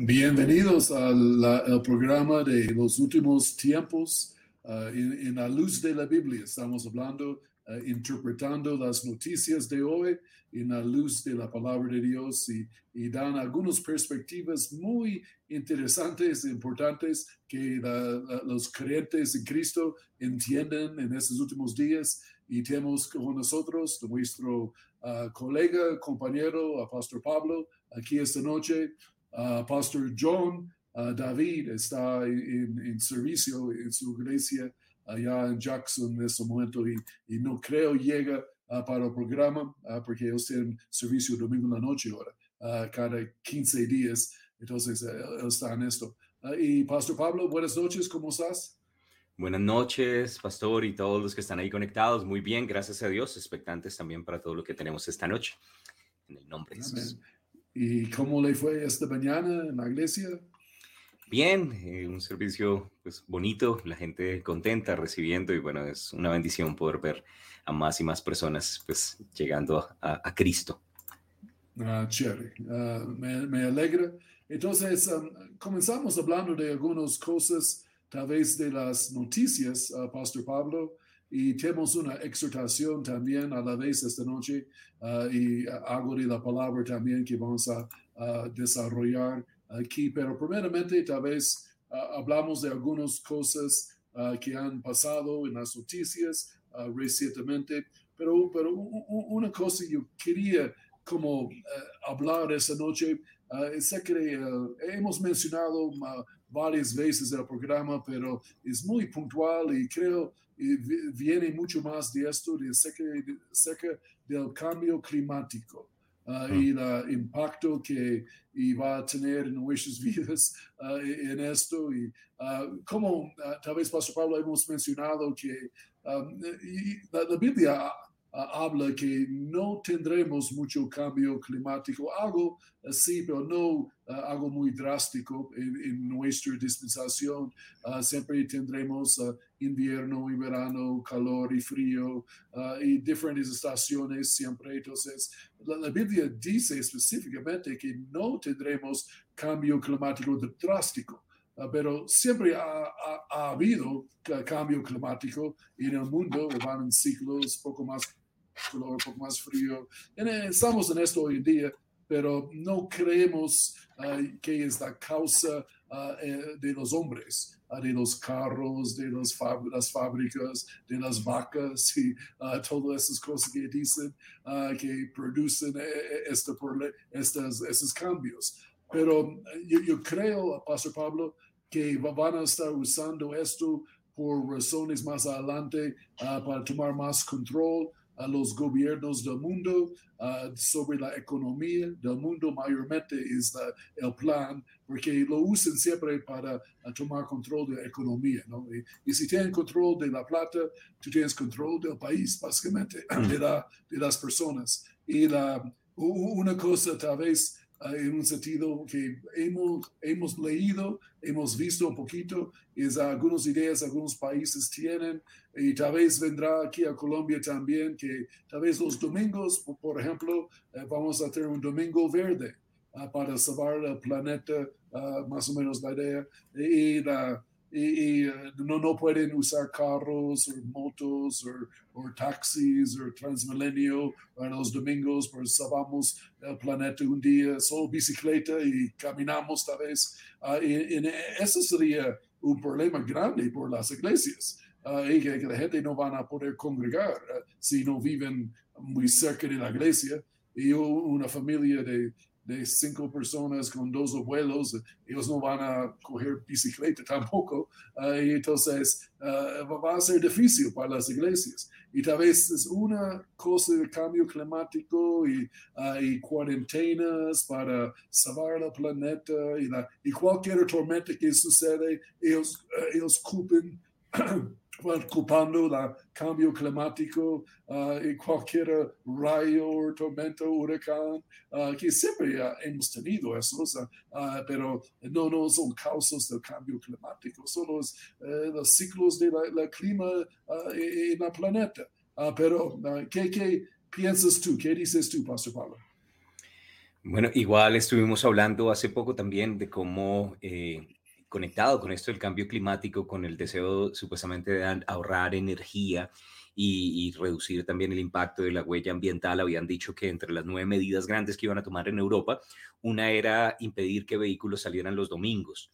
Bienvenidos al programa de los últimos tiempos en la luz de la Biblia. Estamos hablando, interpretando las noticias de hoy en la luz de la palabra de Dios y dan algunas perspectivas muy interesantes e importantes que los creyentes en Cristo entienden en estos últimos días. Y tenemos con nosotros nuestro colega, compañero, Pastor Pablo, aquí esta noche. Pastor John David está en servicio en su iglesia allá en Jackson en este momento y no creo llega para el programa porque ellos tienen servicio domingo en la noche ahora, cada 15 días, entonces él está en esto. Y Pastor Pablo, buenas noches, ¿cómo estás? Buenas noches, pastor, y todos los que están ahí conectados. Muy bien, gracias a Dios, expectantes también para todo lo que tenemos esta noche. En el nombre de Jesús. Amén. ¿Y cómo le fue esta mañana en la iglesia? Bien, un servicio pues bonito, la gente contenta recibiendo y bueno, es una bendición poder ver a más y más personas pues llegando a Cristo. Chévere, me alegra. Entonces, comenzamos hablando de algunas cosas, tal vez de las noticias, Pastor Pablo, y tenemos una exhortación también a la vez esta noche y algo de la palabra también que vamos a desarrollar aquí. Pero primeramente, tal vez hablamos de algunas cosas que han pasado en las noticias recientemente, pero una cosa yo quería como hablar esta noche. Sé que hemos mencionado varias veces el programa, pero es muy puntual y creo viene mucho más de esto, de cerca del cambio climático. Y el impacto que va a tener en nuestras vidas en esto. Y como tal vez, Pastor Pablo, hemos mencionado que la Biblia habla que no tendremos mucho cambio climático, algo así, pero no algo muy drástico en nuestra dispensación. Siempre tendremos invierno y verano, calor y frío y diferentes estaciones siempre. Entonces, la Biblia dice específicamente que no tendremos cambio climático drástico. Pero siempre ha habido cambio climático en el mundo, van en ciclos, poco más calor, un poco más frío. Estamos en esto hoy en día, pero no creemos que es la causa de los hombres, de los carros, de las fábricas, de las vacas y todas esas cosas que dicen que producen estos cambios. Pero yo creo, Pastor Pablo, que van a estar usando esto por razones más adelante para tomar más control a los gobiernos del mundo sobre la economía del mundo. Mayormente es el plan, porque lo usan siempre para tomar control de la economía, ¿no? Y si tienen control de la plata, tú tienes control del país, básicamente, de las personas. Y una cosa tal vez en un sentido que hemos leído, hemos visto un poquito, es algunas ideas algunos países tienen, y tal vez vendrá aquí a Colombia también, que tal vez los domingos, por ejemplo, vamos a tener un domingo verde para salvar el planeta, más o menos la idea, y no pueden usar carros o motos o taxis o Transmilenio en los domingos, pues salvamos el planeta un día, solo bicicleta y caminamos tal vez. Eso sería un problema grande por las iglesias. Y que la gente no van a poder congregar si no viven muy cerca de la iglesia. Y una familia de 5 personas con 2 abuelos, ellos no van a coger bicicleta tampoco. Y entonces va a ser difícil para las iglesias. Y tal vez es una cosa de cambio climático y cuarentenas para salvar el planeta y cualquier tormenta que sucede, ellos culpan culpando el cambio climático y cualquier rayo o tormenta, huracán, que siempre hemos tenido eso, pero no son causas del cambio climático, son los ciclos del clima en el planeta. Pero, ¿qué piensas tú? ¿Qué dices tú, Pastor Pablo? Bueno, igual estuvimos hablando hace poco también de cómo, conectado con esto del cambio climático, con el deseo supuestamente de ahorrar energía y reducir también el impacto de la huella ambiental, habían dicho que entre las 9 medidas grandes que iban a tomar en Europa, una era impedir que vehículos salieran los domingos.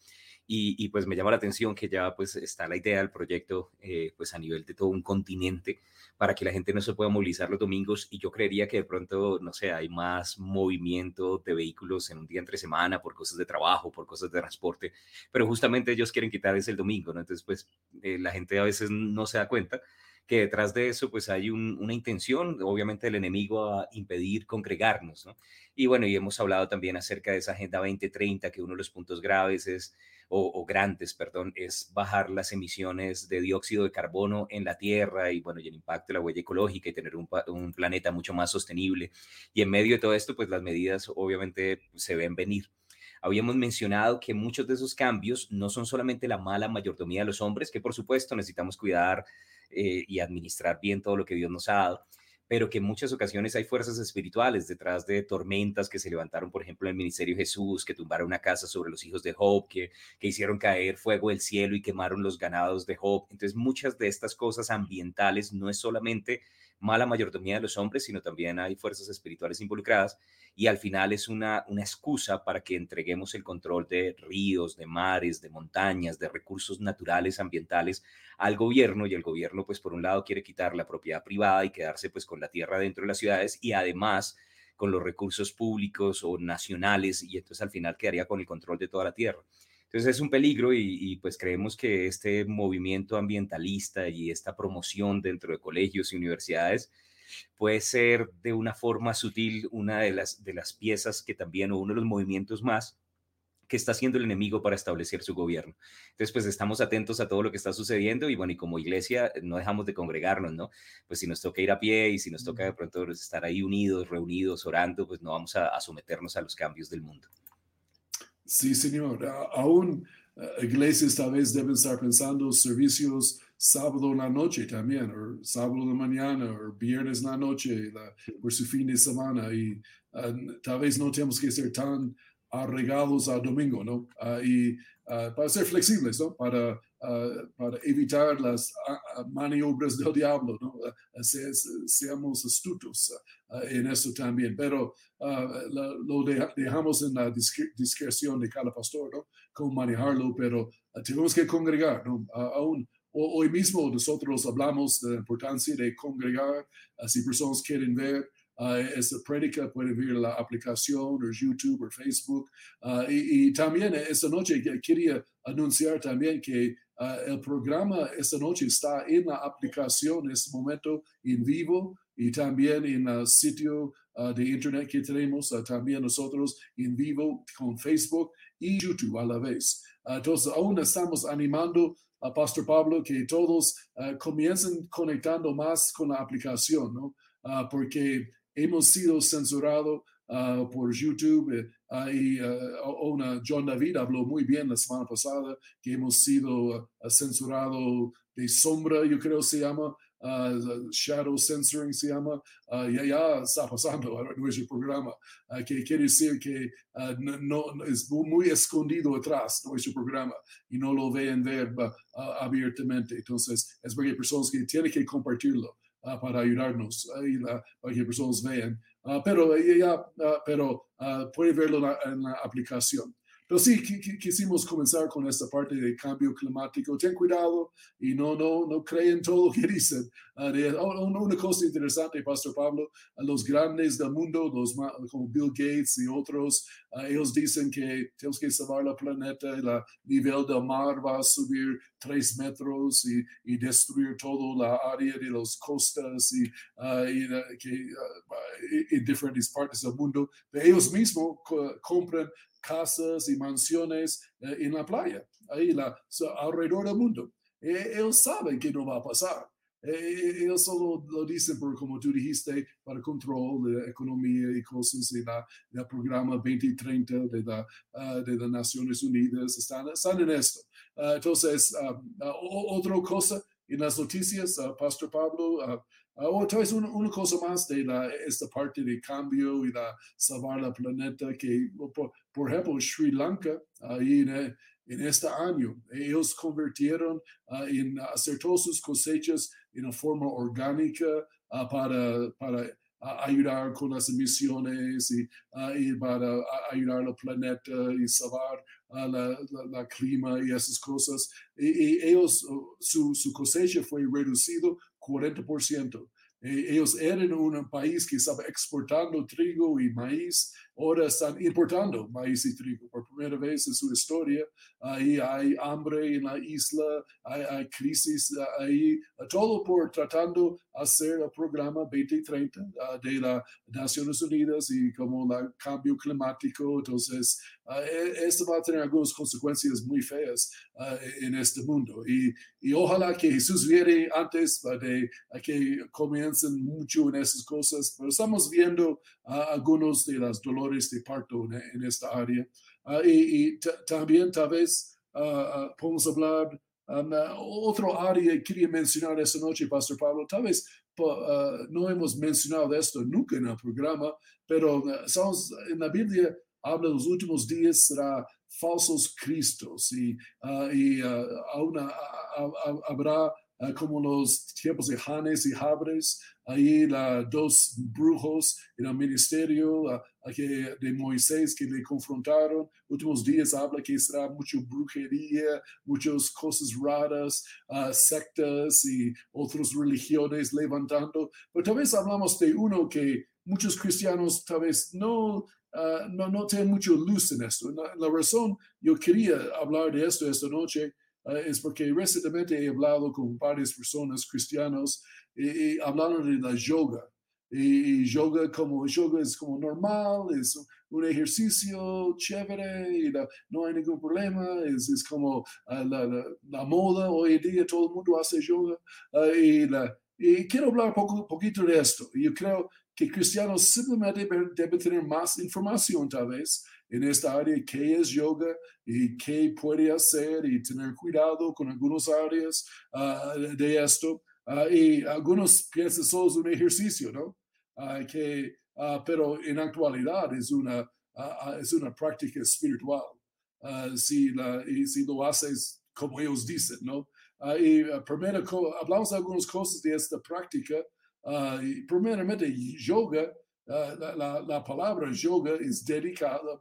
Y pues me llama la atención que ya pues está la idea del proyecto pues a nivel de todo un continente para que la gente no se pueda movilizar los domingos, y yo creería que de pronto, no sé, hay más movimiento de vehículos en un día entre semana por cosas de trabajo, por cosas de transporte, pero justamente ellos quieren quitar ese el domingo, ¿no? Entonces pues la gente a veces no se da cuenta que detrás de eso pues hay una intención, obviamente, del enemigo a impedir congregarnos, ¿no? Y bueno, y hemos hablado también acerca de esa Agenda 2030, que uno de los puntos graves es o grandes, perdón, es bajar las emisiones de dióxido de carbono en la Tierra y bueno, y el impacto de la huella ecológica y tener un planeta mucho más sostenible. Y en medio de todo esto, pues las medidas obviamente se ven venir. Habíamos mencionado que muchos de esos cambios no son solamente la mala mayordomía de los hombres, que por supuesto necesitamos cuidar y administrar bien todo lo que Dios nos ha dado, pero que en muchas ocasiones hay fuerzas espirituales detrás de tormentas que se levantaron, por ejemplo, en el ministerio de Jesús, que tumbaron una casa sobre los hijos de Job, que hicieron caer fuego del cielo y quemaron los ganados de Job. Entonces, muchas de estas cosas ambientales no es solamente mala mayordomía de los hombres, sino también hay fuerzas espirituales involucradas, y al final es una excusa para que entreguemos el control de ríos, de mares, de montañas, de recursos naturales, ambientales al gobierno, y el gobierno pues por un lado quiere quitar la propiedad privada y quedarse pues con la tierra dentro de las ciudades y además con los recursos públicos o nacionales, y entonces al final quedaría con el control de toda la tierra. Entonces es un peligro pues creemos que este movimiento ambientalista y esta promoción dentro de colegios y universidades puede ser de una forma sutil una de las piezas que también, o uno de los movimientos más que está haciendo el enemigo para establecer su gobierno. Entonces, pues estamos atentos a todo lo que está sucediendo y bueno, y como iglesia no dejamos de congregarnos, ¿no? Pues si nos toca ir a pie y si nos toca de pronto estar ahí unidos, reunidos, orando, pues no vamos a someternos a los cambios del mundo. Sí, señor. Aún iglesias tal vez deben estar pensando servicios sábado en la noche también, o sábado de mañana, o viernes en la noche, por su fin de semana. Y tal vez no tenemos que ser tan arraigados al domingo, ¿no? Y para ser flexibles, ¿no? Para evitar las maniobras del diablo, ¿no? Seamos astutos en eso también. Pero lo dejamos en la discreción de cada pastor, ¿no? Cómo manejarlo, pero tenemos que congregar, ¿no? Aún hoy mismo nosotros hablamos de la importancia de congregar. Si personas quieren ver esta prédica, pueden ver la aplicación o YouTube o Facebook. Y también esta noche quería anunciar también que el programa esta noche está en la aplicación en este momento en vivo, y también en el sitio de internet que tenemos, también nosotros en vivo con Facebook y YouTube a la vez. Entonces, aún estamos animando a Pastor Pablo que todos comiencen conectando más con la aplicación, ¿no? Porque hemos sido censurados por YouTube. Y John David habló muy bien la semana pasada que hemos sido censurados de sombra, yo creo se llama, shadow censoring se llama. Ya está pasando en nuestro programa, que quiere decir que no, es muy escondido atrás de nuestro programa y no lo ven ver abiertamente. Entonces, es porque hay personas que tienen que compartirlo para ayudarnos, para que personas vean. Pero puede verlo en la aplicación. Pero sí, quisimos comenzar con esta parte de cambio climático. Ten cuidado y no creen todo lo que dicen. Una cosa interesante, Pastor Pablo, los grandes del mundo, como Bill Gates y otros, ellos dicen que tenemos que salvar el planeta, el nivel del mar va a subir 3 metros y destruir toda la área de las costas en diferentes partes del mundo. Pero ellos mismos compran casas y mansiones en la playa, alrededor del mundo. Ellos saben que no va a pasar. Ellos solo lo dicen por, como tú dijiste, para control de la economía y cosas del programa 2030 de las Naciones Unidas. Están en esto. Entonces, otra cosa en las noticias, Pastor Pablo, O tal vez una cosa más de esta parte de cambio y salvar el planeta, que por ejemplo Sri Lanka, ahí en este año, ellos convirtieron en hacer todas sus cosechas en una forma orgánica para ayudar con las emisiones y para ayudar al planeta y salvar la clima y esas cosas. Y ellos, su cosecha fue reducido 40%. Ellos eran un país que estaba exportando trigo y maíz, ahora están importando maíz y trigo por primera vez en su historia. Ahí hay hambre en la isla, hay crisis ahí, todo por tratando de hacer el programa 2030 de las Naciones Unidas y como el cambio climático. Entonces, esto va a tener algunas consecuencias muy feas en este mundo. Y ojalá que Jesús viene antes de que comiencen mucho en esas cosas, pero estamos viendo algunos de los dolores de parto en esta área. Y también tal vez podemos hablar otro área que quería mencionar esta noche, Pastor Pablo. Tal vez no hemos mencionado esto nunca en el programa, pero en la Biblia habla de los últimos días será falsos cristos y habrá como los tiempos de Janes y Jabres, ahí dos brujos en el ministerio de Moisés que le confrontaron. Últimos días habla que será mucha brujería, muchas cosas raras, sectas y otras religiones levantando. Pero tal vez hablamos de uno que muchos cristianos tal vez no tienen mucha luz en esto. La razón yo quería hablar de esto esta noche es porque recientemente he hablado con varias personas cristianos y hablaron de la yoga. Y yoga es como normal, es un ejercicio chévere y no hay ningún problema, es como la moda hoy en día, todo el mundo hace yoga. Y quiero hablar un poquito de esto. Yo creo que cristianos simplemente deben tener más información tal vez en esta área, qué es yoga y qué puede hacer y tener cuidado con algunas áreas de esto. Y algunos piensan solo es un ejercicio, ¿no? Pero en actualidad es una práctica espiritual. Si lo haces como ellos dicen, ¿no? Primero, hablamos de algunas cosas de esta práctica. Primeramente, yoga, la palabra yoga es dedicado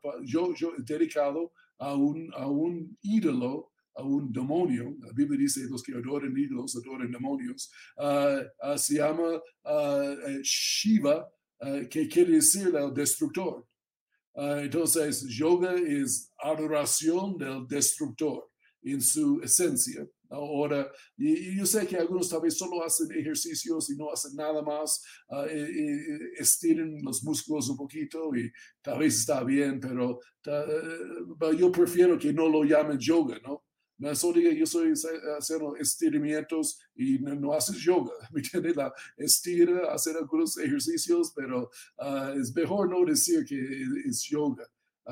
a un ídolo, a un demonio. La Biblia dice los que adoran ídolos adoran demonios. Se llama Shiva, que quiere decir el destructor. Entonces, yoga es adoración del destructor en su esencia. Ahora, y yo sé que algunos tal vez solo hacen ejercicios y no hacen nada más, estiren los músculos un poquito y tal vez está bien, pero yo prefiero que no lo llamen yoga, ¿no? No solo diga yo soy haciendo estiramientos y no haces yoga, ¿me entiendes? Estira, hacer algunos ejercicios, pero es mejor no decir que es yoga.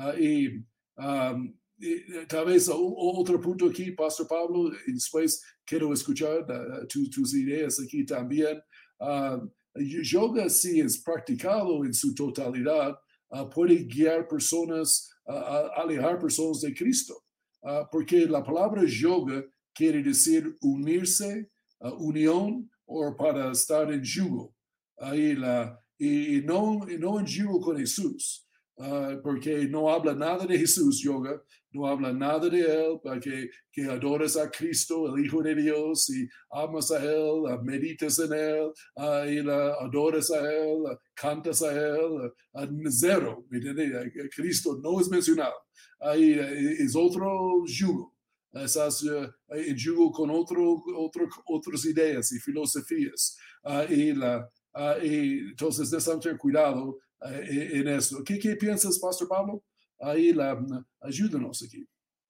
Tal vez otro punto aquí, Pastor Pablo, y después quiero escuchar tus ideas aquí también. Yoga, si es practicado en su totalidad, puede guiar personas, alejar personas de Cristo. Porque la palabra yoga quiere decir unirse, unión, o para estar en yugo. Y no en yugo con Jesús. Porque no habla nada de Jesús, yoga, no habla nada de Él, para que adores a Cristo, el Hijo de Dios, y amas a Él, meditas en Él, y adoras a Él, cantas a Él, cero, Cristo no es mencionado. Ahí es otro yugo. Estás en yugo con otras ideas y filosofías. Y entonces necesitamos tener cuidado en eso. ¿Qué piensas, Pastor Pablo? Ahí ayúdanos aquí.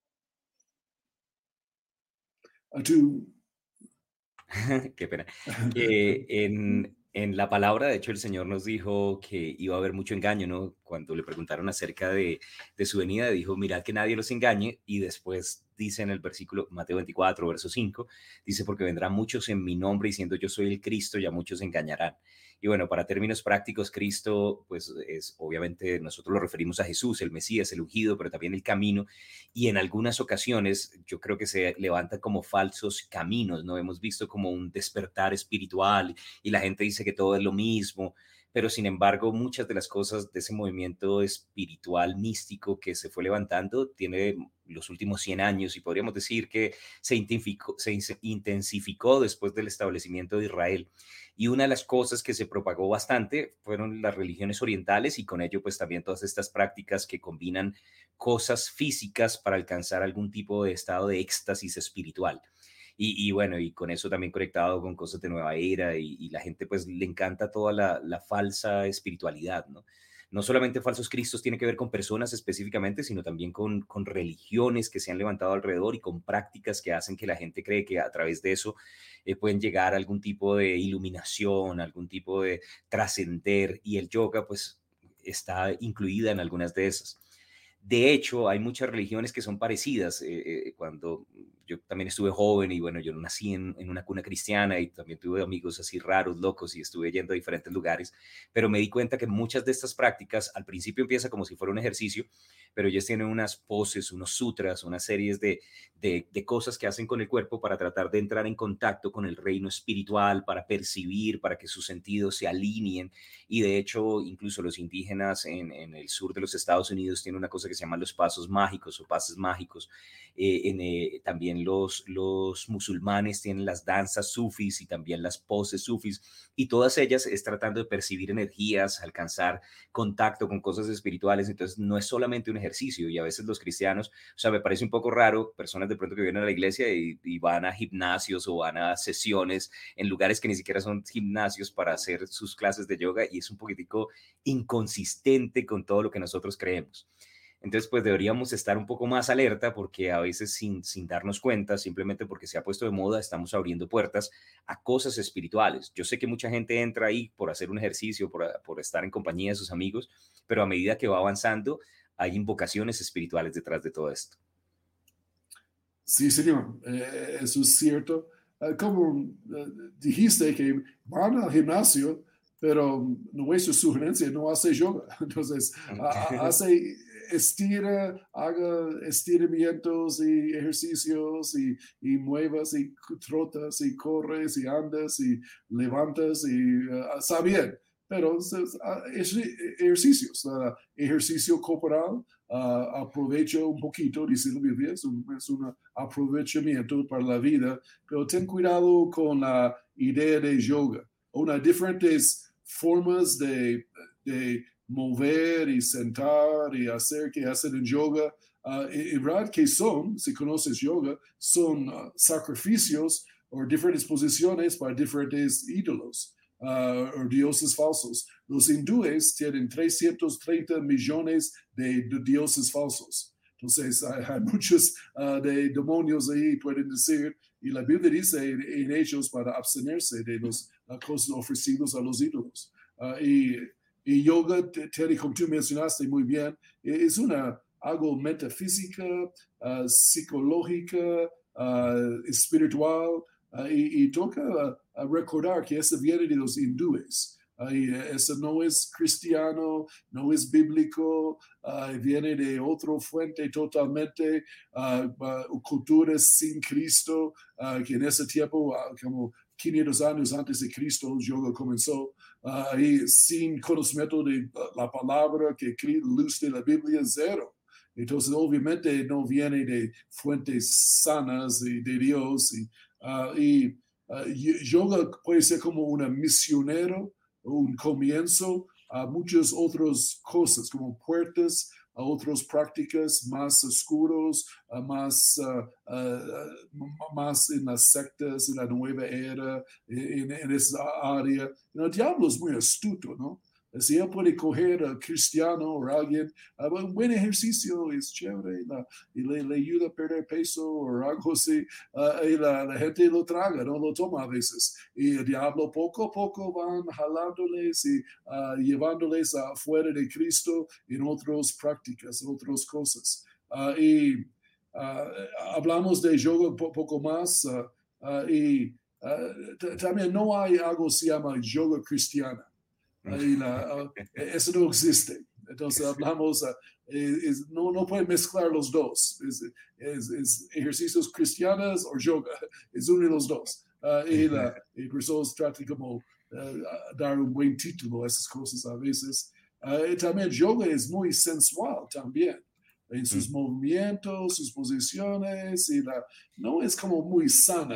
Tú. Qué pena. En la palabra, de hecho, el Señor nos dijo que iba a haber mucho engaño, ¿no? Cuando le preguntaron acerca de su venida, dijo, mirad que nadie los engañe, y después dice en el versículo Mateo 24, verso 5, dice, porque vendrán muchos en mi nombre diciendo yo soy el Cristo y a muchos engañarán. Y bueno, para términos prácticos, Cristo, pues es obviamente nosotros lo referimos a Jesús, el Mesías, el ungido, pero también el camino. Y en algunas ocasiones yo creo que se levantan como falsos caminos, ¿no? Hemos visto como un despertar espiritual y la gente dice que todo es lo mismo, pero sin embargo muchas de las cosas de ese movimiento espiritual místico que se fue levantando tiene los últimos 100 años y podríamos decir que se intensificó después del establecimiento de Israel. Y una de las cosas que se propagó bastante fueron las religiones orientales y con ello pues también todas estas prácticas que combinan cosas físicas para alcanzar algún tipo de estado de éxtasis espiritual. Y bueno, y con eso también conectado con cosas de nueva era y la gente pues le encanta toda la falsa espiritualidad, ¿no? No solamente falsos cristos tiene que ver con personas específicamente, sino también con religiones que se han levantado alrededor y con prácticas que hacen que la gente cree que a través de eso pueden llegar a algún tipo de iluminación, algún tipo de trascender y el yoga pues está incluida en algunas de esas. De hecho, hay muchas religiones que son parecidas. Cuando yo también estuve joven y bueno, yo nací en una cuna cristiana y también tuve amigos así raros, locos y estuve yendo a diferentes lugares, pero me di cuenta que muchas de estas prácticas al principio empieza como si fuera un ejercicio, pero ellos tienen unas poses, unos sutras, unas series de cosas que hacen con el cuerpo para tratar de entrar en contacto con el reino espiritual, para percibir, para que sus sentidos se alineen. Y de hecho, incluso los indígenas en el sur de los Estados Unidos tienen una cosa que se llaman los pasos mágicos o pases mágicos. También los musulmanes tienen las danzas sufis y también las poses sufis y todas ellas es tratando de percibir energías, alcanzar contacto con cosas espirituales. Entonces no es solamente un ejercicio y a veces los cristianos, o sea, me parece un poco raro personas de pronto que vienen a la iglesia y van a gimnasios o van a sesiones en lugares que ni siquiera son gimnasios para hacer sus clases de yoga y es un poquitico inconsistente con todo lo que nosotros creemos. Entonces, pues deberíamos estar un poco más alerta porque a veces sin darnos cuenta, simplemente porque se ha puesto de moda, estamos abriendo puertas a cosas espirituales. Yo sé que mucha gente entra ahí por hacer un ejercicio, por estar en compañía de sus amigos, pero a medida que va avanzando, hay invocaciones espirituales detrás de todo esto. Sí, señor, eso es cierto. Como dijiste que van al gimnasio, pero nuestra sugerencia no hace yoga. Entonces, hace, haga estiramientos y ejercicios y muevas y trotas y corres y andas y levantas y está bien. Pero ejercicios, ejercicio corporal, aprovecho un poquito, dice la Biblia, es un aprovechamiento para la vida, pero ten cuidado con la idea de yoga. Una diferentes formas de mover y sentar y hacer que hacen en yoga. En verdad que son, si conoces yoga, son sacrificios o diferentes posiciones para diferentes ídolos. O dioses falsos. Los hindúes tienen 330 millones de dioses falsos. Entonces, hay muchos de demonios ahí, pueden decir, y la Biblia dice en ellos para abstenerse de las cosas ofrecidas a los ídolos. Y yoga, Terry, como tú mencionaste muy bien, es algo metafísica, psicológica, espiritual, y toca recordar que eso viene de los hindúes. Eso no es cristiano, no es bíblico, viene de otra fuente totalmente, culturas sin Cristo, que en ese tiempo, como 500 años antes de Cristo, el yoga comenzó, y sin conocimiento de la palabra que luz de la Biblia, cero. Entonces, obviamente, no viene de fuentes sanas de Dios. Yoga puede ser como un misionero, un comienzo a muchas otras cosas, como puertas a otras prácticas más oscuros, más en las sectas, en la nueva era, en esa área. El diablo es muy astuto, ¿no? Si él puede coger a cristiano o a alguien, un buen ejercicio es chévere y le ayuda a perder peso o algo así, y la gente lo traga, no lo toma a veces. Y el diablo poco a poco van jalándoles y llevándoles afuera de Cristo en otras prácticas, otras cosas. Y ah, hablamos de yoga un poco más y también no hay algo que se llama yoga cristiana. Eso no existe. Entonces hablamos, no puede mezclar los dos. Es ejercicios cristianos o yoga. Es uno de los dos. Y personas tratan como dar un buen título a esas cosas a veces. También yoga es muy sensual también en sus movimientos, sus posiciones, no es como muy sana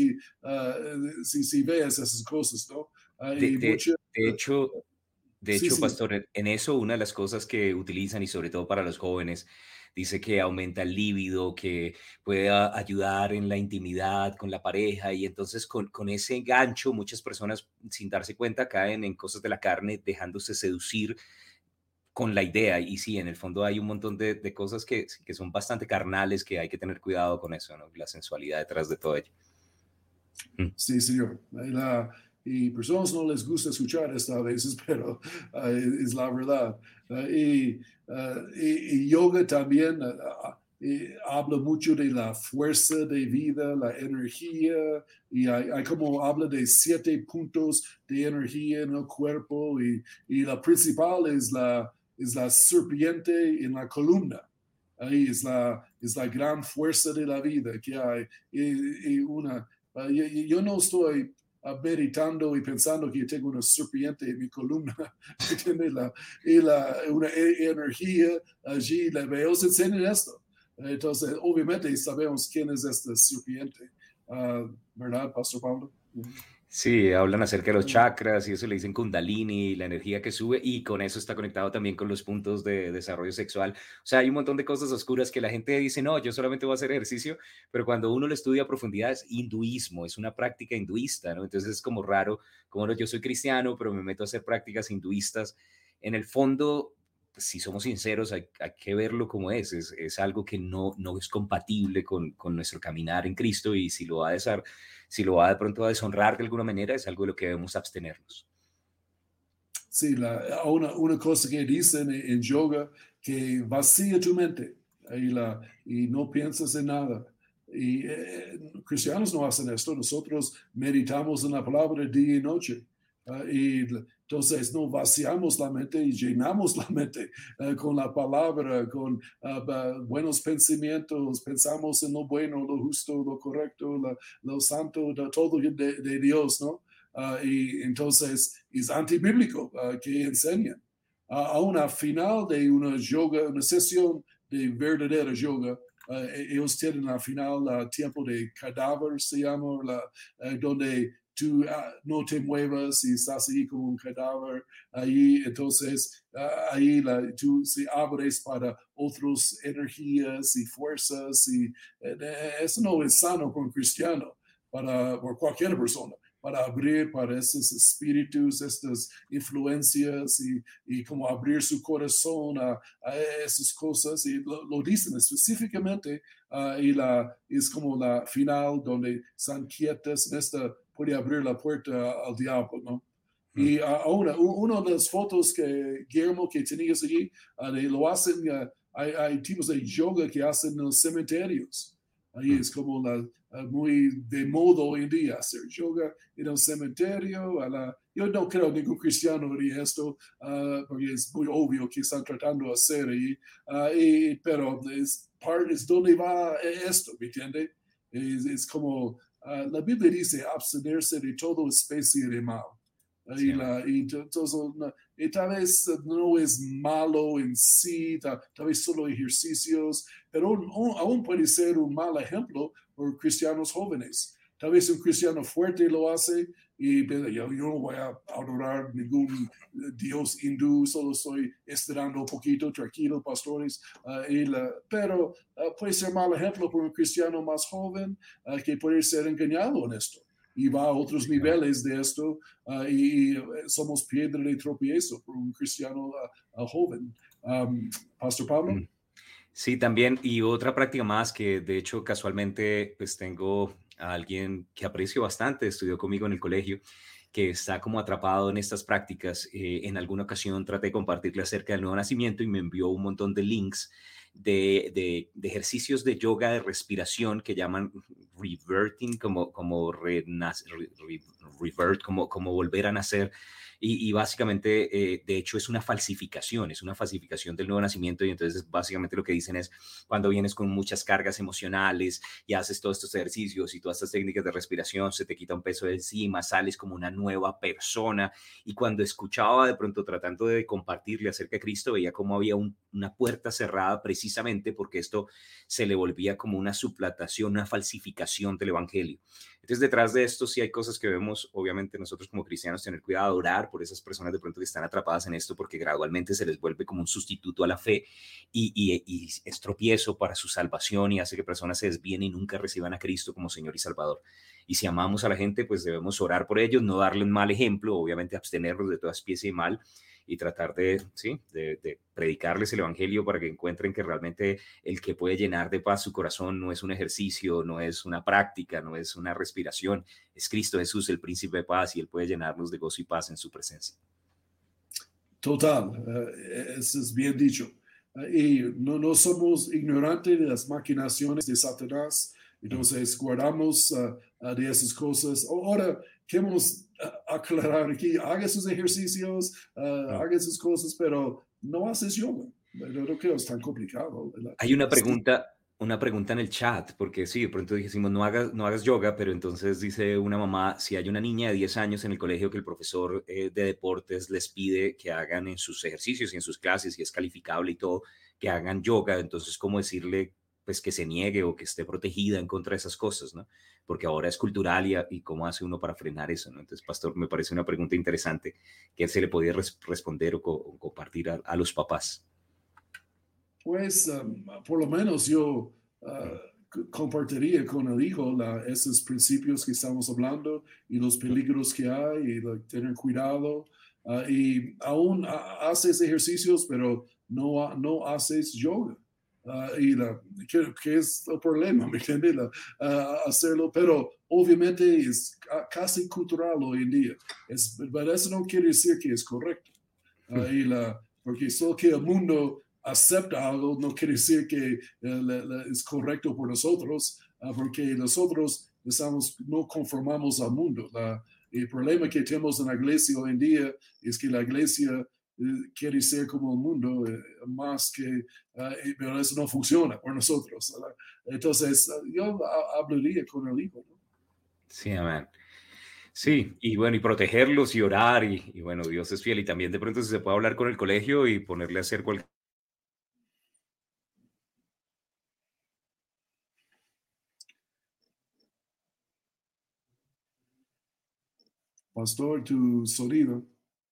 si ves esas cosas, ¿no? De, Y de, mucho, de hecho, de sí, hecho, sí, Pastor, en eso una de las cosas que utilizan y sobre todo para los jóvenes, dice que aumenta el líbido, que puede ayudar en la intimidad con la pareja y entonces con ese gancho muchas personas sin darse cuenta caen en cosas de la carne dejándose seducir con la idea y sí, en el fondo hay un montón de cosas que son bastante carnales que hay que tener cuidado con eso, ¿no? La sensualidad detrás de todo ello. Mm. sí, señor. Y personas no les gusta escuchar esto a veces, pero es la verdad. Y yoga también habla mucho de la fuerza de vida, la energía, y hay como habla de 7 puntos de energía en el cuerpo, y la principal es la serpiente en la columna. Ahí es la gran fuerza de la vida que hay. Y una yo no estoy meditando y pensando que tengo una serpiente en mi columna, ¿entiendes? Una energía allí, la veo, se enseñan esto. Entonces, obviamente sabemos quién es esta serpiente, ¿verdad, Pastor Pablo? Sí, hablan acerca de los chakras y eso le dicen Kundalini, la energía que sube y con eso está conectado también con los puntos de desarrollo sexual. O sea, hay un montón de cosas oscuras que la gente dice, no, yo solamente voy a hacer ejercicio, pero cuando uno lo estudia a profundidad es hinduismo, es una práctica hinduista, ¿no? Entonces es como raro, como no, yo soy cristiano, pero me meto a hacer prácticas hinduistas. En el fondo, si somos sinceros, hay que verlo como es algo que no es compatible con nuestro caminar en Cristo y si lo va a si lo va de pronto a deshonrar de alguna manera, es algo de lo que debemos abstenernos. Sí, una cosa que dicen en yoga, que vacía tu mente y no piensas en nada. Y cristianos no hacen esto, nosotros meditamos en la palabra día y noche. Y entonces no vaciamos la mente y llenamos la mente con la palabra, con buenos pensamientos, pensamos en lo bueno, lo justo, lo correcto, lo santo, todo de Dios, ¿no? Y entonces es antibíblico que enseñan. A una final de una yoga, una sesión de verdadera yoga, ellos tienen al final tiempo de cadáver, se llama, donde tú no te muevas y estás ahí como un cadáver. Ahí, entonces, ahí tú se abres para otras energías y fuerzas. Y eso no es sano para un cristiano, por cualquier persona, para abrir para esos espíritus, estas influencias y como abrir su corazón a esas cosas. Y lo dicen específicamente es como la final donde están quietas en esta, puede abrir la puerta al diablo, ¿no? Mm. Y ahora, una de las fotos que Guillermo que tenías allí, lo hacen, hay tipos de yoga que hacen en los cementerios. Ahí Mm. es como muy de moda hoy en día hacer yoga en el cementerio. Yo no creo que ningún cristiano haría esto, porque es muy obvio que están tratando de hacer ahí. Pero es donde va esto, ¿me entiende? Es como la Biblia dice abstenerse de toda especie de mal. Sí, amén. Entonces, y tal vez no es malo en sí, tal vez solo ejercicios, pero aún puede ser un mal ejemplo por cristianos jóvenes. Tal vez un cristiano fuerte lo hace y yo no voy a adorar ningún dios hindú, solo estoy estirando un poquito, tranquilo, pastores. Pero puede ser mal ejemplo por un cristiano más joven que puede ser engañado en esto y va a otros Sí, amén. niveles de esto y somos piedra de tropiezo por un cristiano joven. Pastor Pablo. Mm. Sí, también. Y otra práctica más que de hecho casualmente pues tengo a alguien que aprecio bastante, estudió conmigo en el colegio, que está como atrapado en estas prácticas. En alguna ocasión traté de compartirle acerca del nuevo nacimiento y me envió un montón de links de ejercicios de yoga de respiración que llaman reverting, revert, como volver a nacer. Y básicamente, de hecho, es una falsificación del nuevo nacimiento. Y entonces, básicamente lo que dicen es, cuando vienes con muchas cargas emocionales y haces todos estos ejercicios y todas estas técnicas de respiración, se te quita un peso de encima, sales como una nueva persona. Y cuando escuchaba de pronto tratando de compartirle acerca de Cristo, veía cómo había una puerta cerrada precisamente porque esto se le volvía como una suplantación, una falsificación del evangelio. Entonces, detrás de esto sí hay cosas que debemos, obviamente, nosotros como cristianos tener cuidado, orar por esas personas de pronto que están atrapadas en esto, porque gradualmente se les vuelve como un sustituto a la fe y es tropiezo para su salvación y hace que personas se desvíen y nunca reciban a Cristo como Señor y Salvador. Y si amamos a la gente, pues debemos orar por ellos, no darle un mal ejemplo, obviamente abstenerlos de toda especie de mal y tratar de predicarles el evangelio para que encuentren que realmente el que puede llenar de paz su corazón no es un ejercicio, no es una práctica, no es una respiración, es Cristo Jesús, el príncipe de paz, y él puede llenarnos de gozo y paz en su presencia. Total, eso es bien dicho. Y no somos ignorantes de las maquinaciones de Satanás, entonces guardamos de esas cosas. Ahora, queremos aclarar aquí, haga sus ejercicios, haga sus cosas, pero no haces yoga. No creo que es tan complicado, ¿verdad? Hay una pregunta en el chat, porque sí, de pronto dijimos no hagas yoga, pero entonces dice una mamá, si hay una niña de 10 años en el colegio que el profesor de deportes les pide que hagan en sus ejercicios y en sus clases, y es calificable y todo, que hagan yoga, entonces cómo decirle pues que se niegue o que esté protegida en contra de esas cosas, ¿no? Porque ahora es cultural y cómo hace uno para frenar eso, ¿no? Entonces, pastor, me parece una pregunta interesante que se le podía responder o compartir a los papás. Pues por lo menos yo compartiría con el hijo esos principios que estamos hablando y los peligros que hay y tener cuidado. Y aún haces ejercicios, pero no haces yoga. ¿Qué es el problema? ¿Me entiendes? Hacerlo, pero obviamente es casi cultural hoy en día. Pero eso no quiere decir que es correcto. Porque solo que el mundo acepta algo no quiere decir que es correcto por nosotros, porque nosotros no conformamos al mundo. El problema que tenemos en la iglesia hoy en día es que la iglesia quiere ser como el mundo, más que, pero eso no funciona por nosotros. ¿Verdad? Entonces, yo hablaría con el hijo, ¿no? Sí, amén. Sí, y bueno, y protegerlos y orar, y bueno, Dios es fiel. Y también de pronto si se puede hablar con el colegio y ponerle a hacer cualquier... Pastor, tu sonido.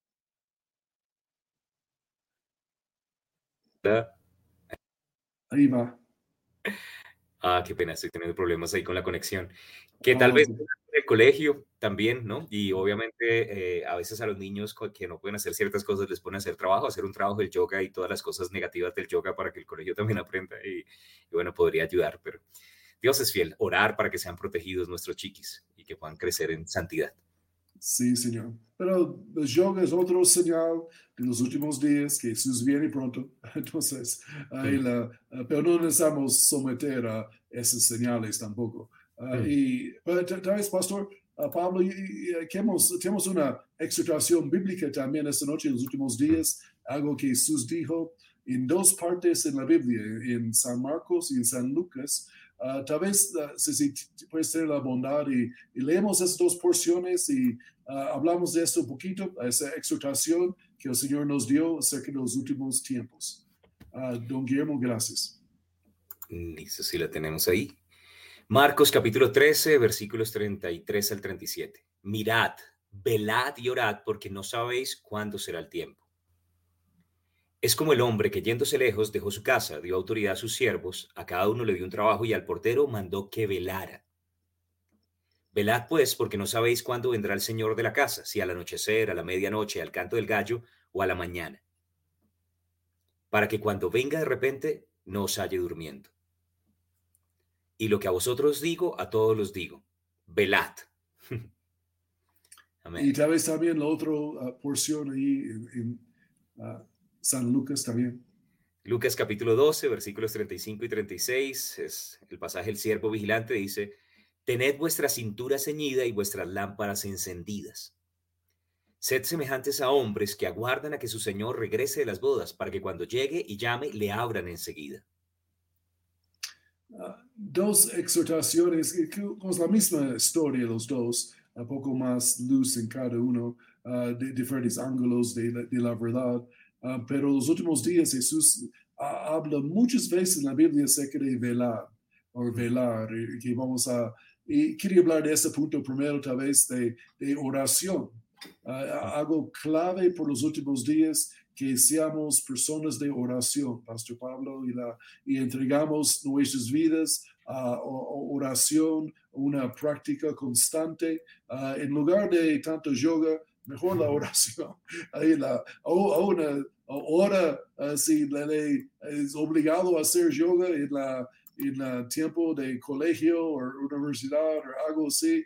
Ahí va. Ah, qué pena, estoy teniendo problemas ahí con la conexión. Que tal vez Okay. en el colegio también, ¿no? Y obviamente a veces a los niños que no pueden hacer ciertas cosas les ponen a hacer un trabajo del yoga y todas las cosas negativas del yoga para que el colegio también aprenda y bueno, podría ayudar, pero Dios es fiel, orar para que sean protegidos nuestros chiquis y que puedan crecer en santidad. Sí, Señor. Pero el yoga es otro señal de los últimos días que Jesús viene pronto. Entonces, Mm, pero no necesitamos someter a esas señales tampoco. mm. Pero tal vez, Pastor Pablo, tenemos una exhortación bíblica también esta noche, en los últimos Mm. días, algo que Jesús dijo en dos partes en la Biblia, en San Marcos y en San Lucas. Tal vez si puedes tener la bondad y leemos esas dos porciones y hablamos de esto un poquito, esa exhortación que el Señor nos dio acerca de los últimos tiempos. Don Guillermo, gracias. Listo, sí la tenemos ahí. Marcos capítulo 13, versículos 33 al 37. Mirad, velad y orad porque no sabéis cuándo será el tiempo. Es como el hombre que yéndose lejos dejó su casa, dio autoridad a sus siervos, a cada uno le dio un trabajo y al portero mandó que velara. Velad pues porque no sabéis cuándo vendrá el Señor de la casa, si al anochecer, a la medianoche, al canto del gallo o a la mañana, para que cuando venga de repente no os halle durmiendo. Y lo que a vosotros digo, a todos los digo, velad. Y Amén. tal vez también la otra porción ahí en San Lucas también. Lucas capítulo 12, versículos 35 y 36, es el pasaje del siervo vigilante, dice, tened vuestra cintura ceñida y vuestras lámparas encendidas. Sed semejantes a hombres que aguardan a que su señor regrese de las bodas, para que cuando llegue y llame, le abran enseguida. Dos exhortaciones, con la misma historia los dos, un poco más luz en cada uno, de diferentes ángulos de la verdad. Pero los últimos días Jesús habla muchas veces en la Biblia acerca de velar o velar, que y quería hablar de ese punto primero, tal vez de oración. Algo clave por los últimos días, que seamos personas de oración, Pastor Pablo, y entregamos nuestras vidas a oración, una práctica constante. En lugar de tanto yoga, mejor la oración. Ahí una hora, si es obligado a hacer yoga en el tiempo de colegio o universidad o algo así,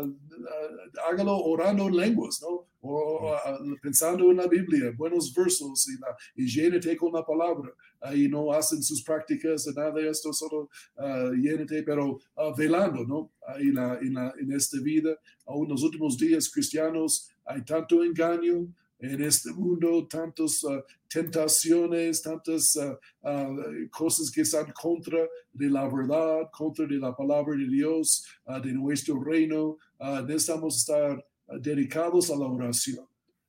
hágalo orando en lenguas, ¿no? O pensando en la Biblia, buenos versos y llénate con la palabra. Y no hacen sus prácticas de nada de esto, solo llénate, pero velando, ¿no? En esta vida, aún en los últimos días cristianos, hay tanto engaño en este mundo, tantas tentaciones, tantas cosas que están contra de la verdad, contra de la palabra de Dios, de nuestro reino. Necesitamos estar dedicados a la oración.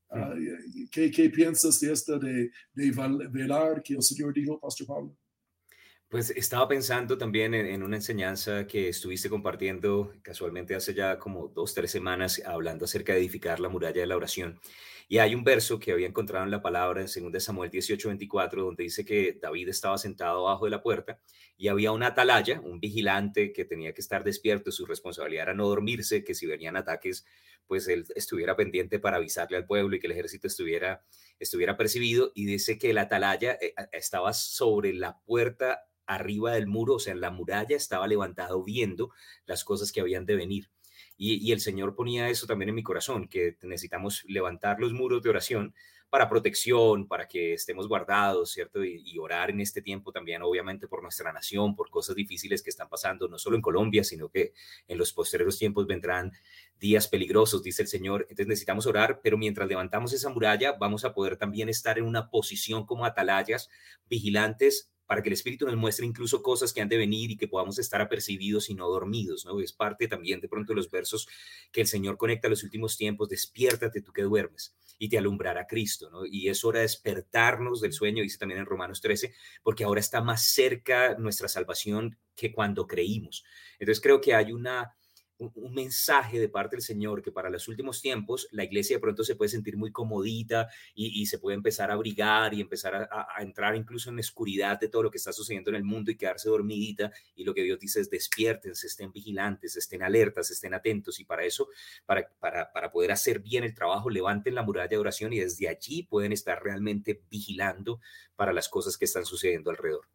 ¿Qué piensas de esto de velar que el Señor dijo, Pastor Pablo? Pues estaba pensando también en una enseñanza que estuviste compartiendo casualmente hace ya como 2, 3 semanas, hablando acerca de edificar la muralla de la oración. Y hay un verso que había encontrado en la palabra en 2 Samuel 18:24, donde dice que David estaba sentado abajo de la puerta y había una atalaya, un vigilante que tenía que estar despierto. Su responsabilidad era no dormirse, que si venían ataques, pues él estuviera pendiente para avisarle al pueblo y que el ejército estuviera percibido. Y dice que la atalaya estaba sobre la puerta arriba del muro, o sea, en la muralla, estaba levantado viendo las cosas que habían de venir. Y el Señor ponía eso también en mi corazón, que necesitamos levantar los muros de oración para protección, para que estemos guardados, ¿cierto? Y orar en este tiempo también, obviamente, por nuestra nación, por cosas difíciles que están pasando, no solo en Colombia, sino que en los posteriores tiempos vendrán días peligrosos, dice el Señor. Entonces necesitamos orar, pero mientras levantamos esa muralla, vamos a poder también estar en una posición como atalayas, vigilantes, para que el Espíritu nos muestre incluso cosas que han de venir y que podamos estar apercibidos y no dormidos, ¿no? Es parte también de pronto de los versos que el Señor conecta a los últimos tiempos: despiértate tú que duermes y te alumbrará Cristo, ¿no? Y es hora de despertarnos del sueño, dice también en Romanos 13, porque ahora está más cerca nuestra salvación que cuando creímos. Entonces creo que hay un mensaje de parte del Señor, que para los últimos tiempos la iglesia de pronto se puede sentir muy comodita y se puede empezar a abrigar y empezar a entrar incluso en la oscuridad de todo lo que está sucediendo en el mundo y quedarse dormidita. Y lo que Dios dice es: despiértense, estén vigilantes, estén alertas, estén atentos. Y para eso, para poder hacer bien el trabajo, levanten la muralla de oración y desde allí pueden estar realmente vigilando para las cosas que están sucediendo alrededor.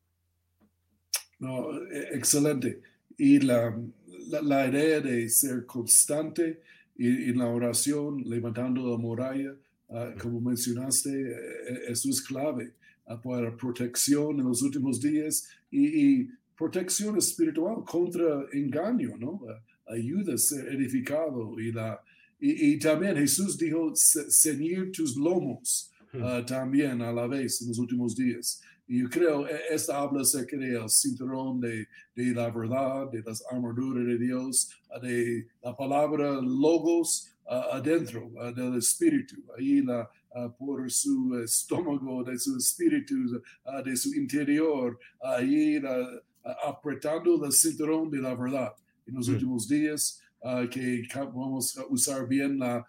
No, excelente. Y la idea de ser constante en la oración, levantando la muralla, como mencionaste, eso es clave para protección en los últimos días y protección espiritual contra engaño, ¿no? Ayuda a ser edificado. Y también Jesús dijo, ceñir tus lomos también a la vez en los últimos días. Y yo creo esta habla acerca del cinturón de la verdad, de las armaduras de Dios, de la palabra logos adentro del espíritu, ahí por su estómago, de su espíritu, de su interior, ahí apretando el cinturón de la verdad en los últimos días, que vamos a usar bien la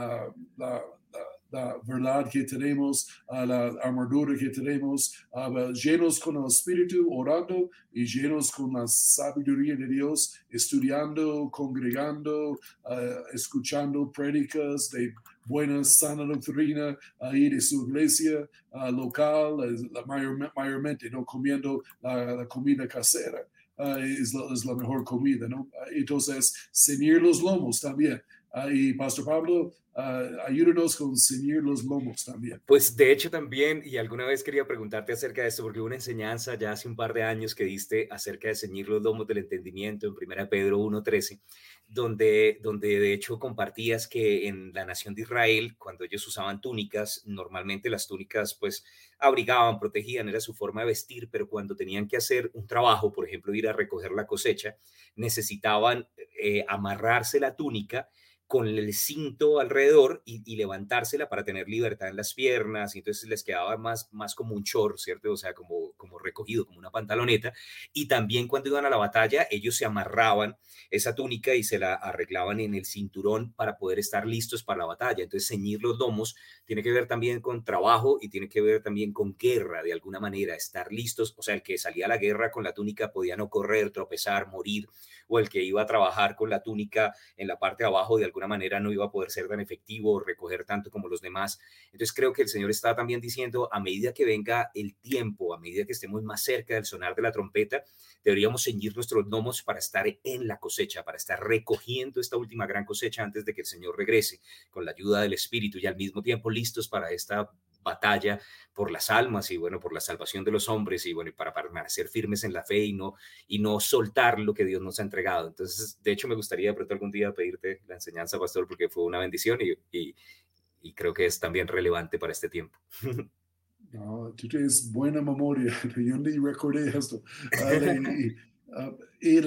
verdad que tenemos, la armadura que tenemos, llenos con el Espíritu, orando y llenos con la sabiduría de Dios, estudiando, congregando, escuchando prédicas de buena, sana doctrina ahí de su iglesia local, mayormente, ¿no? Comiendo la comida casera. Es la mejor comida, ¿no? Entonces, ceñir los lomos también. Y Pastor Pablo, ayúdanos con ceñir los lomos también. Pues de hecho también, y alguna vez quería preguntarte acerca de esto, porque hubo una enseñanza ya hace un par de años que diste acerca de ceñir los lomos del entendimiento en 1 Pedro 1:13, donde de hecho compartías que en la nación de Israel, cuando ellos usaban túnicas, normalmente las túnicas pues abrigaban, protegían, era su forma de vestir, pero cuando tenían que hacer un trabajo, por ejemplo, ir a recoger la cosecha, necesitaban amarrarse la túnica con el cinto alrededor y levantársela para tener libertad en las piernas, y entonces les quedaba más como un short, ¿cierto? O sea, como recogido, como una pantaloneta, y también cuando iban a la batalla, ellos se amarraban esa túnica y se la arreglaban en el cinturón para poder estar listos para la batalla. Entonces, ceñir los lomos tiene que ver también con trabajo y tiene que ver también con guerra, de alguna manera, estar listos, o sea, el que salía a la guerra con la túnica podía no correr, tropezar, morir, o el que iba a trabajar con la túnica en la parte de abajo de alguna manera no iba a poder ser tan efectivo o recoger tanto como los demás. Entonces creo que el Señor está también diciendo, a medida que venga el tiempo, a medida que estemos más cerca del sonar de la trompeta, deberíamos ceñir nuestros lomos para estar en la cosecha, para estar recogiendo esta última gran cosecha antes de que el Señor regrese, con la ayuda del Espíritu, y al mismo tiempo listos para esta batalla por las almas y bueno, por la salvación de los hombres, y bueno, y para permanecer firmes en la fe y no soltar lo que Dios nos ha entregado. Entonces, de hecho, me gustaría de pronto algún día pedirte la enseñanza, pastor, porque fue una bendición y creo que es también relevante para este tiempo. No, tú tienes buena memoria, yo ni recordé esto. Y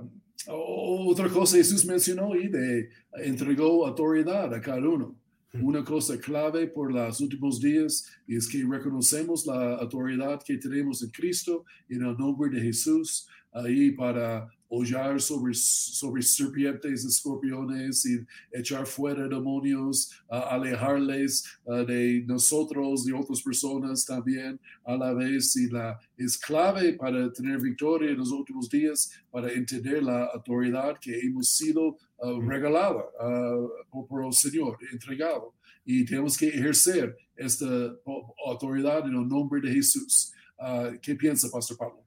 otra cosa Jesús mencionó y entregó autoridad a cada uno. Una cosa clave por los últimos días es que reconocemos la autoridad que tenemos en Cristo en el nombre de Jesús, ahí para hollar sobre serpientes, escorpiones y echar fuera demonios, alejarles de nosotros, de otras personas también a la vez. Y es clave para tener victoria en los últimos días, para entender la autoridad que hemos sido regalada por el Señor, entregado. Y tenemos que ejercer esta autoridad en el nombre de Jesús. ¿Qué piensa, Pastor Pablo?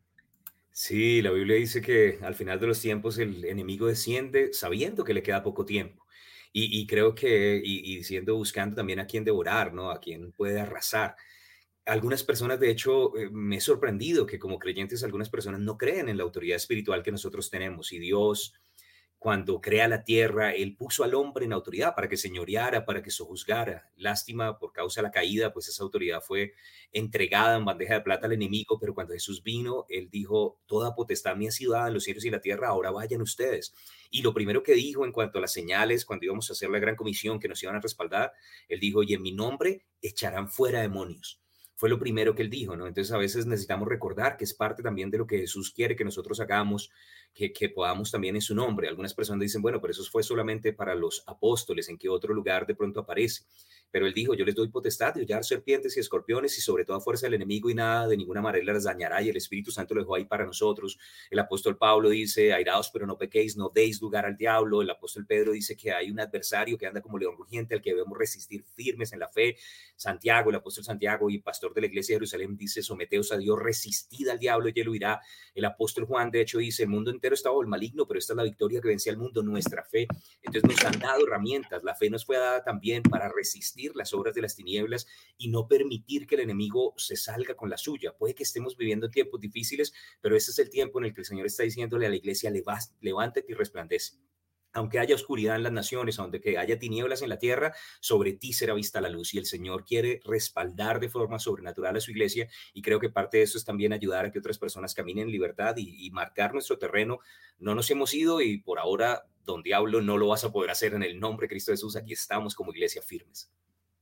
Sí, la Biblia dice que al final de los tiempos el enemigo desciende sabiendo que le queda poco tiempo. Y creo que, y diciendo, buscando también a quién devorar, ¿no? A quién puede arrasar. Algunas personas, de hecho, me he sorprendido que como creyentes algunas personas no creen en la autoridad espiritual que nosotros tenemos, y Dios, cuando crea la tierra, él puso al hombre en autoridad para que señoreara, para que sojuzgara. Lástima, por causa de la caída, pues esa autoridad fue entregada en bandeja de plata al enemigo, pero cuando Jesús vino, él dijo, toda potestad me ha sido dada en los cielos y la tierra, ahora vayan ustedes. Y lo primero que dijo en cuanto a las señales, cuando íbamos a hacer la gran comisión que nos iban a respaldar, él dijo, y en mi nombre echarán fuera demonios. Fue lo primero que él dijo, ¿no? Entonces a veces necesitamos recordar que es parte también de lo que Jesús quiere que nosotros hagamos, que podamos también en su nombre. Algunas personas dicen, bueno, pero eso fue solamente para los apóstoles, ¿en qué otro lugar de pronto aparece? Pero él dijo, yo les doy potestad de hollar serpientes y escorpiones y sobre toda fuerza del enemigo, y nada de ninguna manera les dañará, y el Espíritu Santo lo dejó ahí para nosotros. El apóstol Pablo dice, airaos pero no pequéis, no deis lugar al diablo. El apóstol Pedro dice que hay un adversario que anda como león rugiente al que debemos resistir firmes en la fe. Santiago, el apóstol Santiago y pastor de la iglesia de Jerusalén, dice, someteos a Dios, resistid al diablo y él huirá. El apóstol Juan, de hecho, dice, el mundo entero está bajo el maligno, pero esta es la victoria que vence al mundo, nuestra fe. Entonces nos han dado herramientas, la fe nos fue dada también para resistir las obras de las tinieblas y no permitir que el enemigo se salga con la suya. Puede que estemos viviendo tiempos difíciles, pero este es el tiempo en el que el Señor está diciéndole a la iglesia, levántate y resplandece. Aunque haya oscuridad en las naciones, aunque haya tinieblas en la tierra, sobre ti será vista la luz, y el Señor quiere respaldar de forma sobrenatural a su iglesia, y creo que parte de eso es también ayudar a que otras personas caminen en libertad y marcar nuestro terreno. No nos hemos ido y por ahora, don Diablo, no lo vas a poder hacer en el nombre de Cristo Jesús. Aquí estamos como iglesia firmes.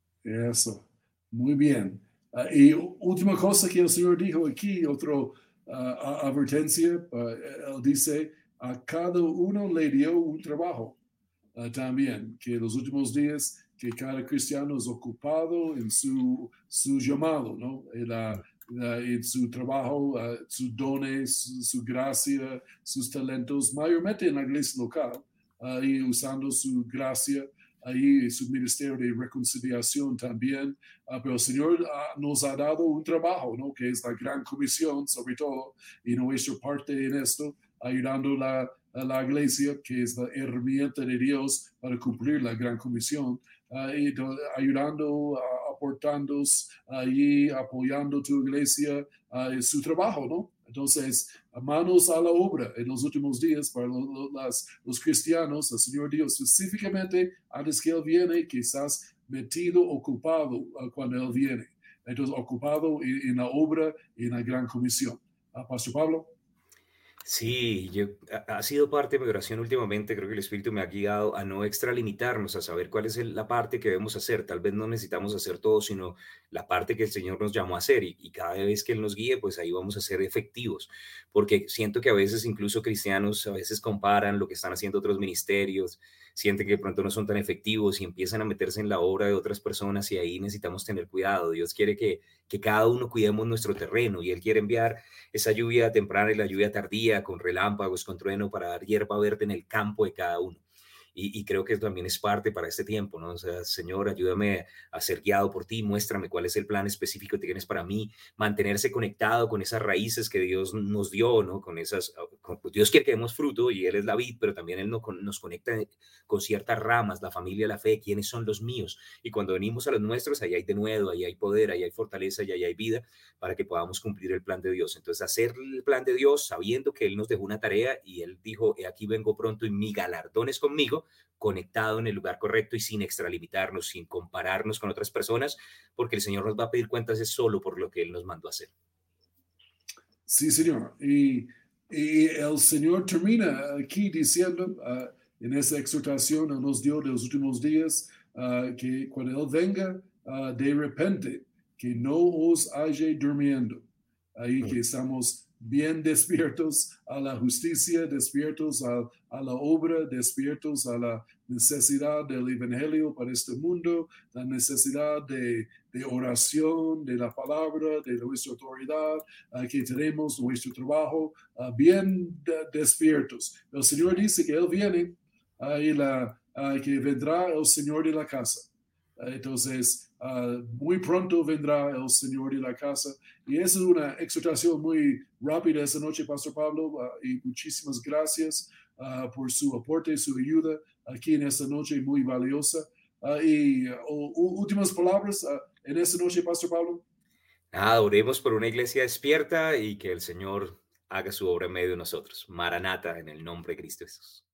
Eso, muy bien. Y última cosa que el Señor dijo aquí, otra advertencia, él dice, a cada uno le dio un trabajo también, que los últimos días, que cada cristiano es ocupado en su llamado, ¿no? En su trabajo, sus dones, su gracia, sus talentos, mayormente en la iglesia local, y usando su gracia ahí su ministerio de reconciliación también, pero el Señor nos ha dado un trabajo, ¿no? Que es la gran comisión sobre todo, y nuestra parte en esto, ayudando la iglesia, que es la herramienta de Dios para cumplir la gran comisión, y ayudando, aportando y apoyando tu iglesia, su trabajo, ¿no? Entonces, manos a la obra en los últimos días para los cristianos, el Señor Dios, específicamente antes que Él viene, quizás metido, ocupado cuando Él viene. Entonces, ocupado en la obra y en la gran comisión. Pastor Pablo. Sí, ha sido parte de mi oración últimamente. Creo que el Espíritu me ha guiado a no extralimitarnos, a saber cuál es la parte que debemos hacer. Tal vez no necesitamos hacer todo, sino la parte que el Señor nos llamó a hacer. Y cada vez que Él nos guíe, pues ahí vamos a ser efectivos. Porque siento que a veces incluso cristianos a veces comparan lo que están haciendo otros ministerios, sienten que de pronto no son tan efectivos y empiezan a meterse en la obra de otras personas y ahí necesitamos tener cuidado. Dios quiere que cada uno cuidemos nuestro terreno y Él quiere enviar esa lluvia temprana y la lluvia tardía, con relámpagos, con trueno, para dar hierba verde en el campo de cada uno. Y creo que también es parte para este tiempo, ¿no? O sea, Señor, ayúdame a ser guiado por ti, muéstrame cuál es el plan específico que tienes para mí, mantenerse conectado con esas raíces que Dios nos dio, ¿no? Dios quiere que demos fruto y Él es la vid, pero también Él nos conecta con ciertas ramas, la familia, la fe, quiénes son los míos. Y cuando venimos a los nuestros, ahí hay denuedo, ahí hay poder, ahí hay fortaleza y ahí hay vida para que podamos cumplir el plan de Dios. Entonces, hacer el plan de Dios sabiendo que Él nos dejó una tarea y Él dijo, aquí vengo pronto y mi galardón es conmigo, conectado en el lugar correcto y sin extralimitarnos, sin compararnos con otras personas, porque el Señor nos va a pedir cuentas es solo por lo que Él nos mandó a hacer. Sí, Señor. Y el Señor termina aquí diciendo, en esa exhortación Él nos dio de los últimos días, que cuando Él venga de repente, que no os halle durmiendo. Ahí que estamos bien despiertos a la justicia, despiertos a la obra, despiertos a la necesidad del evangelio para este mundo, la necesidad de oración, de la palabra, de nuestra autoridad, que tenemos nuestro trabajo bien despiertos. El Señor dice que Él viene que vendrá el Señor de la casa. Entonces, muy pronto vendrá el Señor de la casa. Y esa es una exhortación muy rápida esta noche, Pastor Pablo, y muchísimas gracias por su aporte y su ayuda aquí en esta noche muy valiosa. Últimas palabras en esta noche, Pastor Pablo. Nada, oremos por una iglesia despierta y que el Señor haga su obra en medio de nosotros. Maranata, en el nombre de Cristo Jesús.